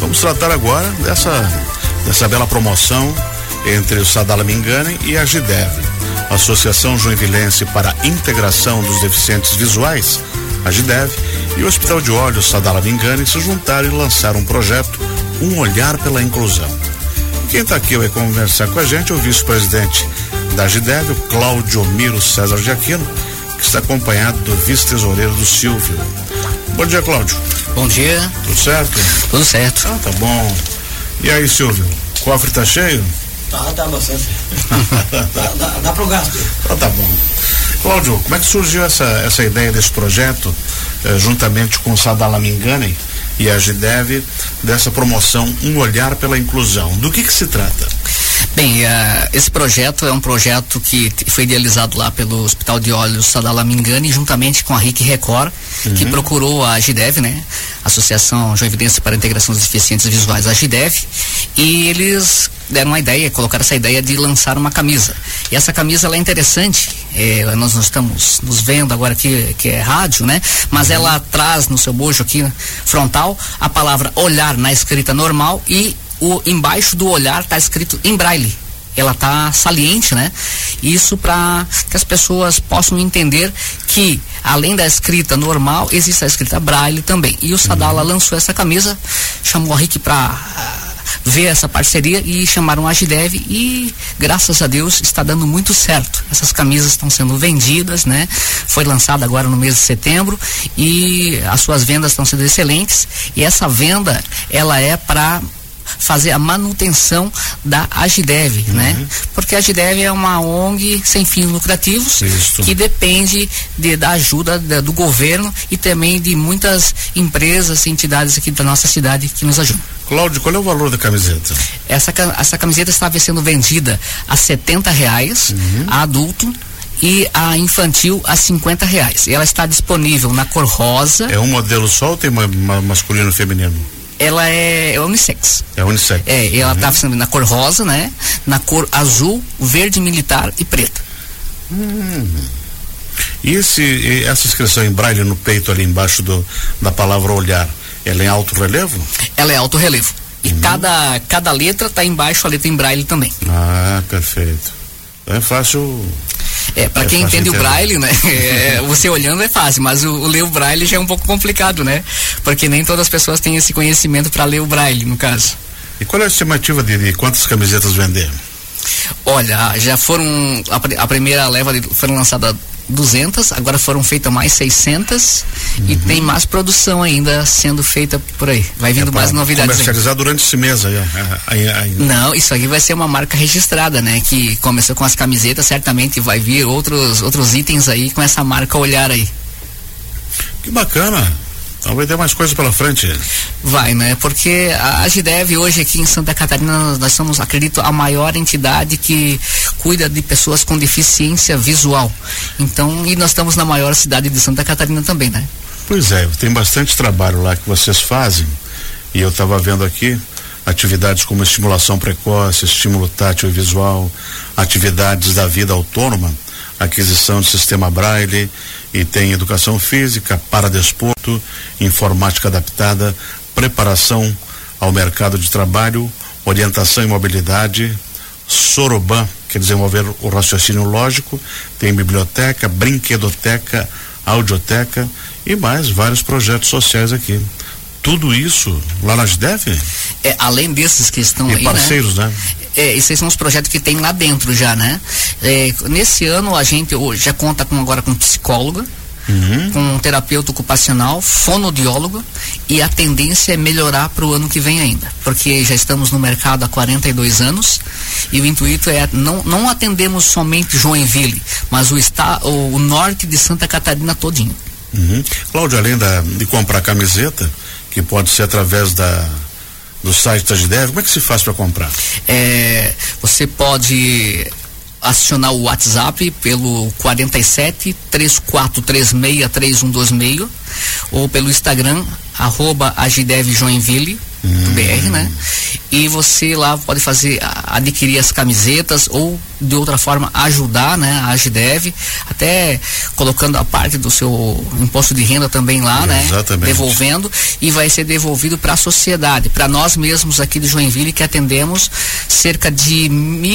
Vamos tratar agora dessa bela promoção entre o Sadala Mingani e a Agidev, Associação Joinvilense para a Integração dos Deficientes Visuais, Agidev, e o Hospital de Olhos Sadala Mingani se juntaram e lançaram um projeto, Um Olhar pela Inclusão. Quem está aqui vai conversar com a gente é o vice-presidente da Agidev, o Cláudio Miro César de Aquino, que está acompanhado do vice-tesoureiro do Silvio. Bom dia, Cláudio. Bom dia. Tudo certo? Tudo certo. Tá bom. E aí, Silvio, o cofre tá cheio? Tá bastante. dá pro gasto. Tá bom. Cláudio, como é que surgiu essa ideia desse projeto, juntamente com o Sadala Mingani e a Agidev, dessa promoção Um Olhar pela Inclusão? Do que se trata? Bem, esse projeto é um projeto que foi idealizado lá pelo Hospital de Olhos Sadala Mingani, juntamente com a RIC Record, que procurou a Agidev, né? Associação Joinvilense para a Integração dos Deficientes Visuais, a Agidev, e eles deram uma ideia, colocaram essa ideia de lançar uma camisa. E essa camisa, ela é interessante, nós não estamos nos vendo agora aqui, que é rádio, né? Mas ela traz no seu bojo aqui, frontal, a palavra olhar na escrita normal e embaixo do olhar está escrito em braille. Ela está saliente, né? Isso para que as pessoas possam entender que, além da escrita normal, existe a escrita braille também. E o Sadala lançou essa camisa, chamou a RIC para ver essa parceria e chamaram a Agidev e, graças a Deus, está dando muito certo. Essas camisas estão sendo vendidas, né? Foi lançada agora no mês de setembro e as suas vendas estão sendo excelentes. E essa venda, ela é para fazer a manutenção da Agidev, né? Porque a Agidev é uma ONG sem fins lucrativos. Isso. Que depende da ajuda do governo e também de muitas empresas e entidades aqui da nossa cidade que nos ajudam. Cláudio, qual é o valor da camiseta? Essa camiseta estava sendo vendida a R$70, a adulto, e a infantil a R$50. E ela está disponível na cor rosa. É um modelo só ou tem masculino e feminino? Ela é unissex. É unissex. Ela está sendo na cor rosa, né? Na cor azul, verde militar e preta. E essa inscrição em braille no peito ali embaixo da palavra olhar, ela é em alto relevo? Ela é alto relevo. E cada letra está embaixo a letra em braille também. Ah, perfeito. É fácil. Para quem entende o braille, né? Você olhando é fácil, mas o ler o braille já é um pouco complicado, né? Porque nem todas as pessoas têm esse conhecimento para ler o braille, no caso. E qual é a estimativa de quantas camisetas vender? Olha, já foram, a primeira leva foram lançadas 200, agora foram feitas mais 600 e tem mais produção ainda sendo feita por aí. Vai vindo mais novidades. Comercializar durante esse mês aí. Não, isso aqui vai ser uma marca registrada, né? Que começou com as camisetas, certamente vai vir outros itens aí com essa marca olhar aí. Que bacana. Então vai ter mais coisa pela frente. Vai, né? Porque a Agidev hoje aqui em Santa Catarina, nós somos, acredito, a maior entidade que cuida de pessoas com deficiência visual. Então, e nós estamos na maior cidade de Santa Catarina também, né? Pois é, tem bastante trabalho lá que vocês fazem. E eu estava vendo aqui atividades como estimulação precoce, estímulo tátil e visual, atividades da vida autônoma, aquisição de sistema braille, e tem educação física, paradesporto, informática adaptada, preparação ao mercado de trabalho, orientação e mobilidade, Soroban, quer desenvolver o raciocínio lógico, tem biblioteca, brinquedoteca, audioteca e mais vários projetos sociais aqui. Tudo isso lá na Agidev? Além desses que estão aí, parceiros, né? Esses são os projetos que tem lá dentro já, né? Nesse ano a gente já conta agora com psicóloga, com um terapeuta ocupacional, fonoaudiólogo, e a tendência é melhorar para o ano que vem ainda, porque já estamos no mercado há 42 anos e o intuito é não atendemos somente Joinville, mas o norte de Santa Catarina todinho. Cláudio, além de comprar camiseta, que pode ser através do site da Agidev, como é que se faz para comprar? Você pode acionar o WhatsApp pelo 47 3436 3126 ou pelo Instagram @agidevjoinville.br, né? e você lá pode adquirir as camisetas ou de outra forma ajudar, né, a Agidev, até colocando a parte do seu imposto de renda também lá, né, devolvendo, e vai ser devolvido para a sociedade, para nós mesmos aqui de Joinville, que atendemos cerca de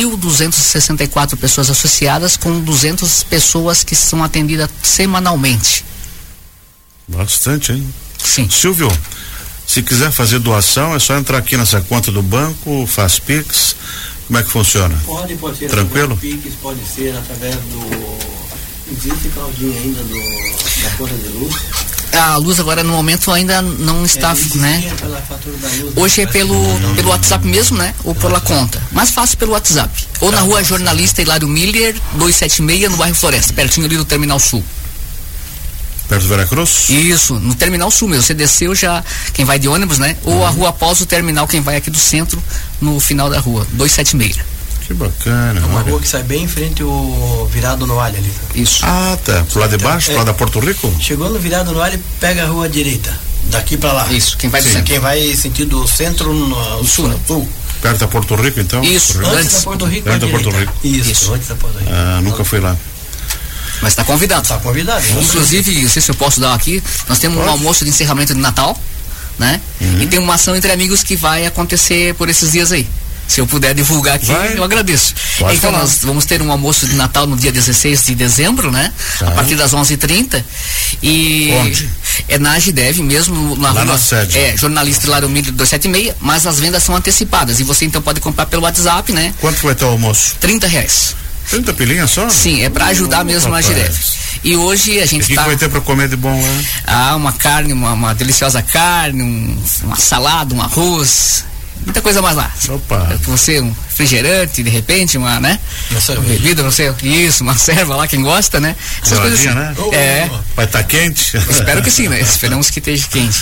1.264 pessoas associadas, com 200 pessoas que são atendidas semanalmente. Bastante, hein? Sim. Silvio, se quiser fazer doação, é só entrar aqui nessa conta do banco, faz Pix. Como é que funciona? Pode ser. Tranquilo? Pix, pode ser através do... Existe Claudinho ainda da conta de luz? A luz agora no momento ainda não está, né? Pela fatura da luz, hoje é pelo WhatsApp mesmo, né? Ou pela conta. Mais fácil pelo WhatsApp. Ou na rua Jornalista Hilário Miller, 276, no bairro Floresta, pertinho ali do Terminal Sul. Perto do Veracruz? Isso, no Terminal Sul mesmo. Você desceu já, quem vai de ônibus, né? Ou a rua após o terminal, quem vai aqui do centro, no final da rua, 276. Que bacana. É uma rua que sai bem em frente ao Virado no Alho ali. Isso. Ah, tá. Pro lado de baixo, pro lado da Porto Rico? Chegou no Virado no Alho, pega a rua direita. Daqui pra lá. Isso, quem vai do centro. Quem vai sentido centro no sul, né? Perto da Porto Rico, então? Isso, antes da Porto Rico. Perto da Porto Rico. Isso, antes da Porto Rico. Ah, nunca fui lá. Mas está convidado. Está convidado. Inclusive, não sei se eu posso dar aqui, nós temos um almoço de encerramento de Natal, né? E tem uma ação entre amigos que vai acontecer por esses dias aí. Se eu puder divulgar aqui, eu agradeço. Pode então falar. nós vamos ter um almoço de Natal no dia 16 de dezembro, né? A partir das 11h30. E onde? É na Agidev mesmo, na lá rua, na sede. Jornalista Hilário Miller 276, mas as vendas são antecipadas. E você então pode comprar pelo WhatsApp, né? Quanto vai ter o almoço? R$30. 30 pilinhas só? Sim, é para ajudar mesmo a Agidev. E hoje a gente está... O que vai ter para comer de bom lá? Ah, uma carne, uma deliciosa carne, uma salada, um arroz, muita coisa mais lá. Opa! Você, um refrigerante, de repente, uma, né? Uma bebida, não sei, isso, uma serva lá, quem gosta, né? Essas coisas assim, né? Vai estar quente? Espero que sim, né? Esperamos que esteja quente.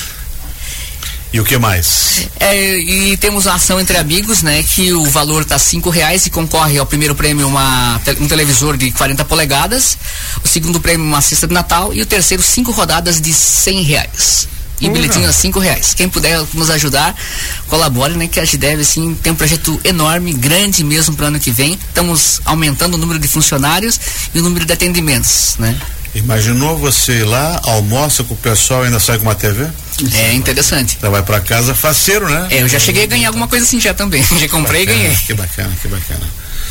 E o que mais? E temos uma ação entre amigos, né? Que o valor tá R$5 e concorre ao primeiro prêmio um televisor de 40 polegadas, o segundo prêmio uma cesta de Natal e o terceiro 5 rodadas de R$100. E bilhetinho a R$5. Quem puder nos ajudar, colabore, né? Que a Agidev, assim, tem um projeto enorme, grande mesmo para o ano que vem. Estamos aumentando o número de funcionários e o número de atendimentos, né? Imaginou você ir lá, almoça com o pessoal e ainda sai com uma TV? É interessante. Já vai pra casa faceiro, né? Eu já cheguei a ganhar alguma coisa assim já também. Já comprei e ganhei. Que bacana, que bacana.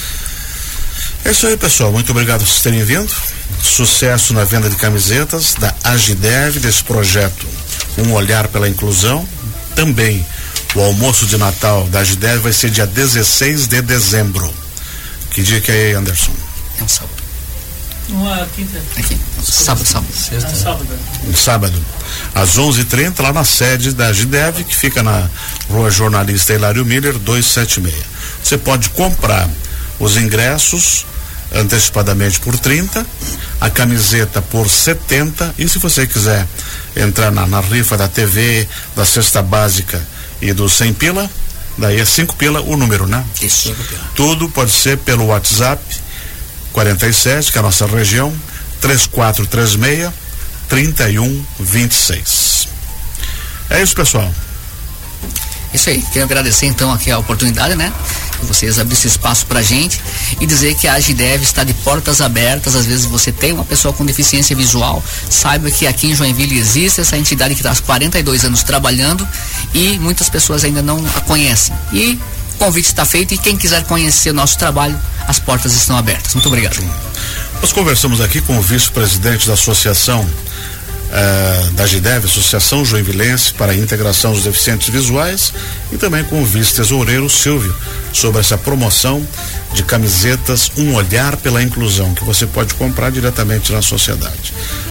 É isso aí, pessoal. Muito obrigado por vocês terem vindo. Sucesso na venda de camisetas da Agidev, desse projeto Um Olhar pela Inclusão. Também o almoço de Natal da Agidev vai ser dia 16 de dezembro. Que dia que é aí, Anderson? É um sábado. Uma quinta. Aqui. Sábado. Sexta. Sábado. Um sábado. Às 11h30, lá na sede da Agidev, que fica na rua Jornalista Hilário Miller, 276. Você pode comprar os ingressos antecipadamente por 30, a camiseta por 70, e se você quiser entrar na rifa da TV, da cesta básica e do 100 pila, daí é 5 pila o número, né? Isso. 5 pila. Tudo pode ser pelo WhatsApp 47, que é a nossa região, 3436-3126. É isso, pessoal. Isso aí, quero agradecer então aqui a oportunidade, né? Que vocês abriram esse espaço pra gente e dizer que a Agidev está de portas abertas. Às vezes você tem uma pessoa com deficiência visual, saiba que aqui em Joinville existe essa entidade que está há 42 anos trabalhando e muitas pessoas ainda não a conhecem. E o convite está feito e quem quiser conhecer o nosso trabalho, as portas estão abertas. Muito obrigado. Nós conversamos aqui com o vice-presidente da Associação da Agidev, Associação Joinvilense para a Integração dos Deficientes Visuais, e também com o vice-tesoureiro Silvio, sobre essa promoção de camisetas Um Olhar pela Inclusão, que você pode comprar diretamente na sociedade.